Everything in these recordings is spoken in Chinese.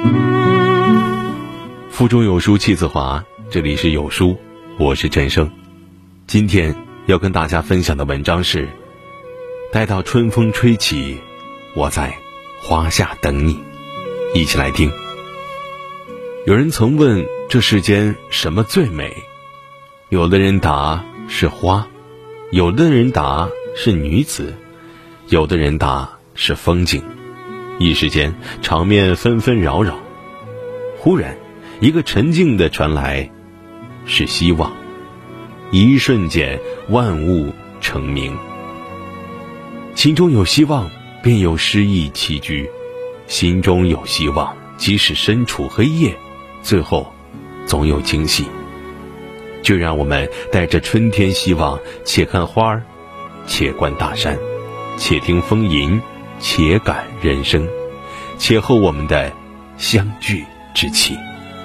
腹中有书气自华，这里是有书，我是振声。今天要跟大家分享的文章是：待到春风吹起，我在花下等你。一起来听。有人曾问这世间什么最美，有的人答是花，有的人答是女子，有的人答是风景。一时间场面纷纷扰扰，忽然一个沉静的传来，是希望。一瞬间万物成明，心中有希望便有诗意栖居，心中有希望即使身处黑夜，最后总有惊喜。就让我们带着春天希望，且看花儿，且观大山，且听风吟，且感人生，且候我们的相聚之期。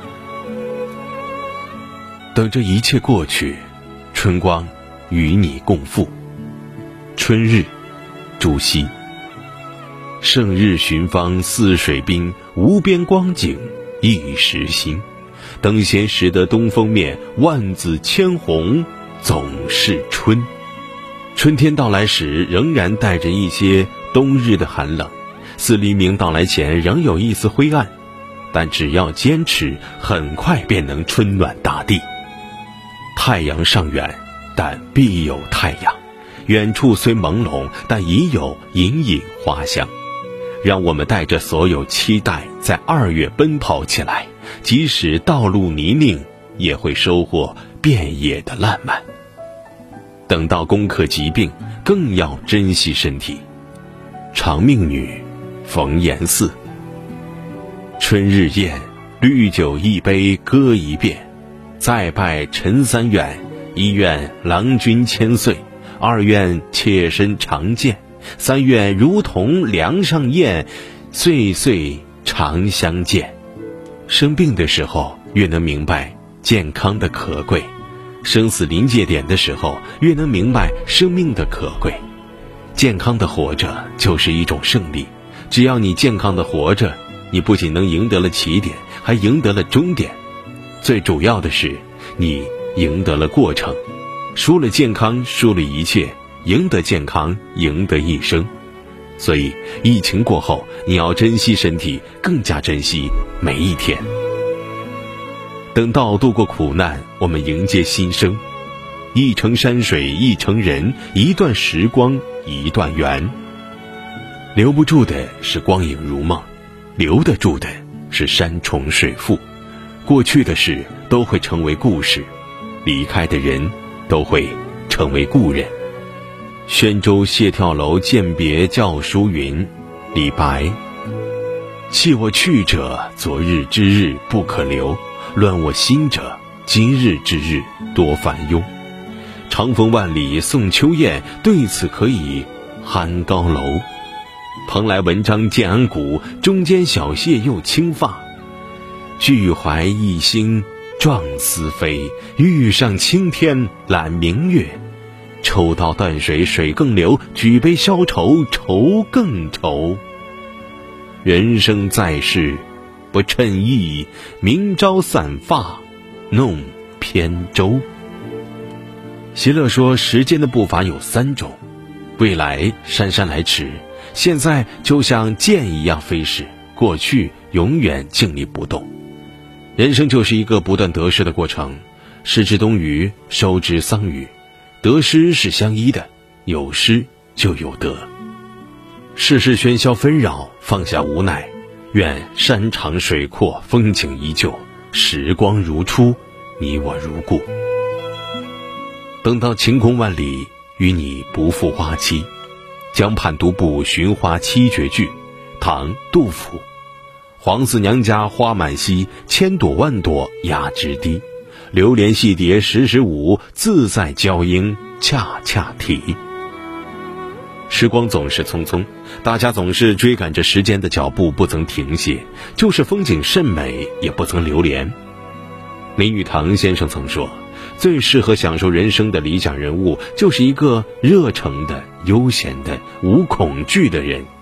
等着一切过去，春光与你共赴。春日，朱熹。胜日寻芳泗水滨，无边光景一时新。等闲识得东风面，万紫千红总是春。春天到来时，仍然带着一些冬日的寒冷，似黎明到来前仍有一丝灰暗，但只要坚持，很快便能春暖大地。太阳尚远，但必有太阳，远处虽朦胧，但已有隐隐花香。让我们带着所有期待，在2月奔跑起来，即使道路泥泞，也会收获遍野的烂漫。等到攻克疾病，更要珍惜身体。长命女冯延巳。春日宴，绿酒一杯歌一遍，再拜陈三愿，一愿郎君千岁，二愿妾身常健，三愿如同梁上燕，岁岁常相见。生病的时候，越能明白健康的可贵；生死临界点的时候，越能明白生命的可贵。健康的活着就是一种胜利，只要你健康的活着，你不仅能赢得了起点，还赢得了终点。最主要的是，你赢得了过程。输了健康，输了一切；赢得健康，赢得一生。所以疫情过后，你要珍惜身体，更加珍惜每一天。等到度过苦难，我们迎接新生。一程山水一程人，一段时光一段缘。留不住的是光影如梦，留得住的是山重水复。过去的事都会成为故事，离开的人都会成为故人。宣州谢眺楼饯别校书云，李白。弃我去者，昨日之日不可留；乱我心者，今日之日多烦忧。长风万里送秋雁，对此可以酣高楼。蓬莱文章建安骨，中间小谢又轻发。俱怀逸兴壮思飞，欲上青天揽明月。抽刀断水水更流，举杯消愁愁更愁。人生在世不称意，明朝散发弄扁舟。席勒说，时间的步伐有3种，未来姗姗来迟，现在就像箭一样飞逝，过去永远静立不动。人生就是一个不断得失的过程，失之东隅，收之桑榆。得失是相依的，有失就有得。世事喧嚣纷扰，放下无奈，愿山长水阔，风景依旧，时光如初，你我如故。等到晴空万里，与你不负花期。江畔独步寻花七绝句，唐·杜甫。黄四娘家花满蹊，千朵万朵压枝低。流连戏蝶时时舞，自在娇莺恰恰啼。时光总是匆匆，大家总是追赶着时间的脚步，不曾停歇，就是风景甚美，也不曾流连。林语堂先生曾说，最适合享受人生的理想人物，就是一个热诚的、悠闲的、无恐惧的人。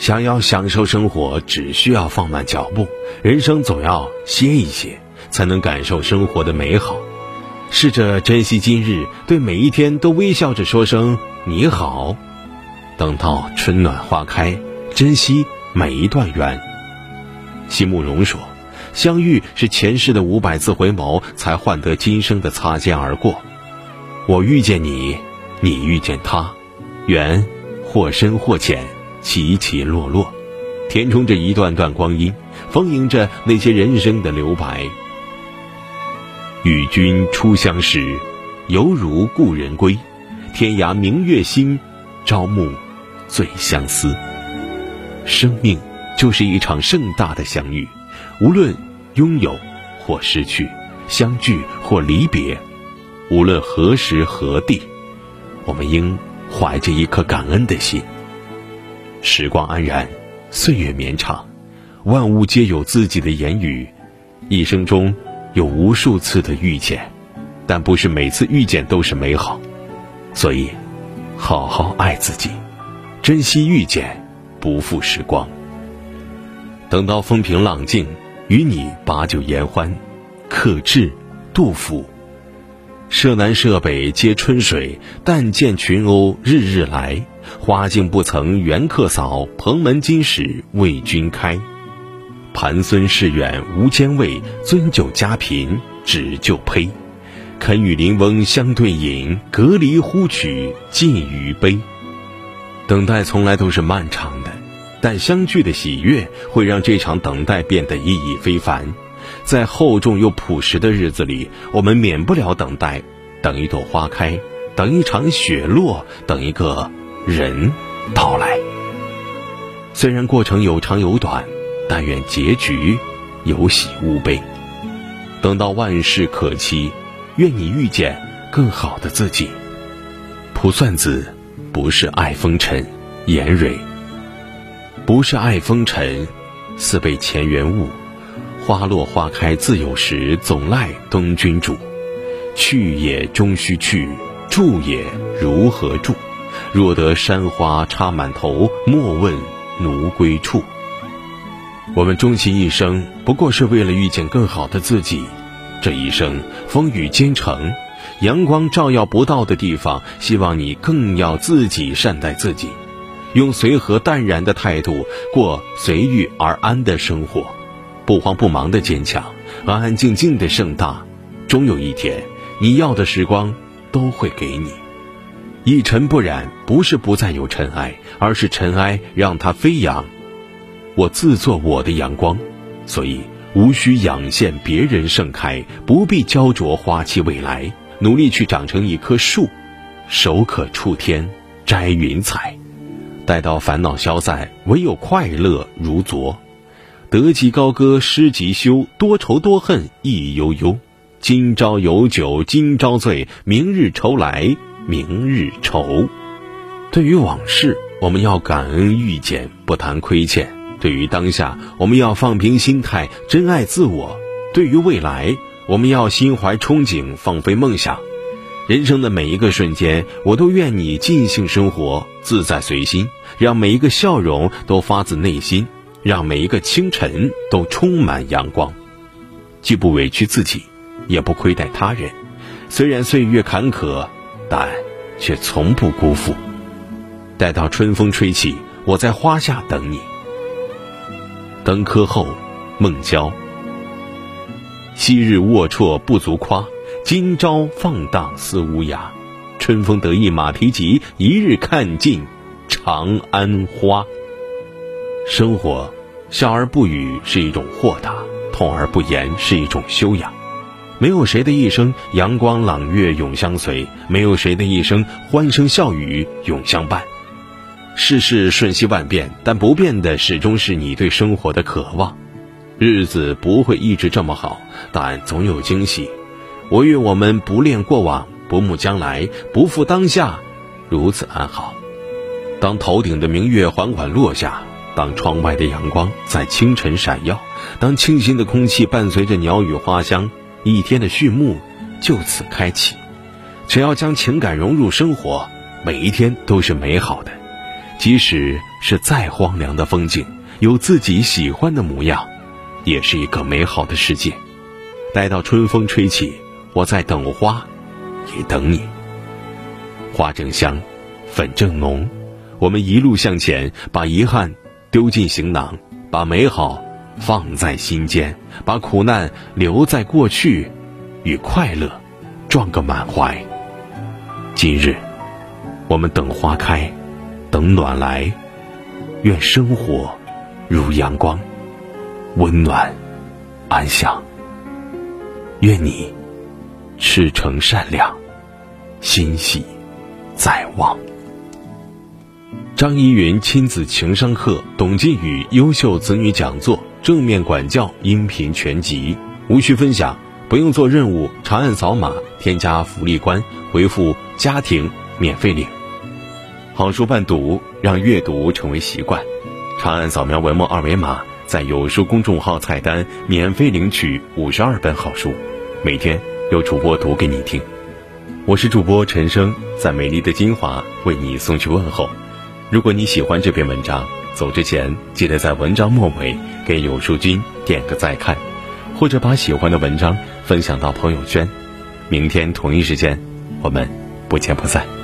想要享受生活，只需要放慢脚步，人生总要歇一歇，才能感受生活的美好。试着珍惜今日，对每一天都微笑着说声你好。等到春暖花开，珍惜每一段缘。席慕容说，相遇是前世的500次回眸，才换得今生的擦肩而过。我遇见你，你遇见他，缘或深或浅，起起落落，填充着一段段光阴，丰盈着那些人生的留白。与君初相识，犹如故人归，天涯明月心，朝暮最相思。生命就是一场盛大的相遇，无论拥有或失去，相聚或离别，无论何时何地，我们应怀着一颗感恩的心。时光安然，岁月绵长，万物皆有自己的言语。一生中有无数次的遇见，但不是每次遇见都是美好，所以好好爱自己，珍惜遇见，不负时光。等到风平浪静，与你把酒言欢。克制，杜甫。舍南舍北皆春水，但见群鸥日日来。花径不曾缘客扫，蓬门今始为君开。盘孙市远无兼味，樽酒家贫只就胚。肯与邻翁相对饮，隔离呼取尽余杯。等待从来都是漫长的，但相聚的喜悦会让这场等待变得意义非凡。在厚重又朴实的日子里，我们免不了等待，等一朵花开，等一场雪落，等一个人到来。虽然过程有长有短，但愿结局有喜无悲。等到万事可期，愿你遇见更好的自己。卜算子不是爱风尘，颜蕊。不是爱风尘，似被前缘误。花落花开自有时，总赖东君主。去也终须去，住也如何住？若得山花插满头，莫问奴归处。我们终其一生，不过是为了遇见更好的自己。这一生风雨兼程，阳光照耀不到的地方，希望你更要自己善待自己，用随和淡然的态度过随遇而安的生活，不慌不忙的坚强，安安静静的盛大。终有一天，你要的时光都会给你。一尘不染，不是不再有尘埃，而是尘埃让它飞扬。我自做我的阳光，所以无需仰羡别人盛开，不必焦灼花期未来，努力去长成一棵树，手可触天，摘云彩。待到烦恼消散，唯有快乐如昨。得即高歌失即休，多愁多恨意悠悠。今朝有酒今朝醉，明日愁来明日愁。对于往事，我们要感恩遇见，不谈亏欠；对于当下，我们要放平心态，珍爱自我；对于未来，我们要心怀憧憬，放飞梦想。人生的每一个瞬间，我都愿你尽兴生活，自在随心，让每一个笑容都发自内心，让每一个清晨都充满阳光。既不委屈自己，也不亏待他人。虽然岁月坎坷，但却从不辜负。待到春风吹起，我在花下等你。登科后，孟郊。昔日龌龊不足夸，今朝放荡思无涯。春风得意马蹄疾，一日看尽长安花。生活笑而不语是一种豁达，痛而不言是一种修养。没有谁的一生阳光朗月永相随，没有谁的一生欢声笑语永相伴。世事瞬息万变，但不变的始终是你对生活的渴望。日子不会一直这么好，但总有惊喜。我愿我们不恋过往，不慕将来，不负当下，如此安好。当头顶的明月缓缓落下，当窗外的阳光在清晨闪耀，当清新的空气伴随着鸟语花香，一天的序幕就此开启。只要将情感融入生活，每一天都是美好的。 即使是再荒凉的风景，有自己喜欢的模样，也是一个美好的世界。待到春风吹起，我在等花，也等你。花正香，粉正浓，我们一路向前，把遗憾丢进行囊，把美好放在心间，把苦难留在过去，与快乐撞个满怀。今日我们等花开，等暖来，愿生活如阳光，温暖安详。愿你赤诚善良，欣喜在望。张怡云亲子情商课，董靖宇优秀子女讲座，正面管教音频全集，无需分享，不用做任务，长按扫码添加福利官，回复家庭免费领。好书伴读，让阅读成为习惯。长按扫描文末二维码，在有书公众号菜单免费领取52本好书，每天有主播读给你听。我是主播陈生，在美丽的金华为你送去问候。如果你喜欢这篇文章，走之前记得在文章末尾给有书君点个再看，或者把喜欢的文章分享到朋友圈。明天同一时间，我们不见不散。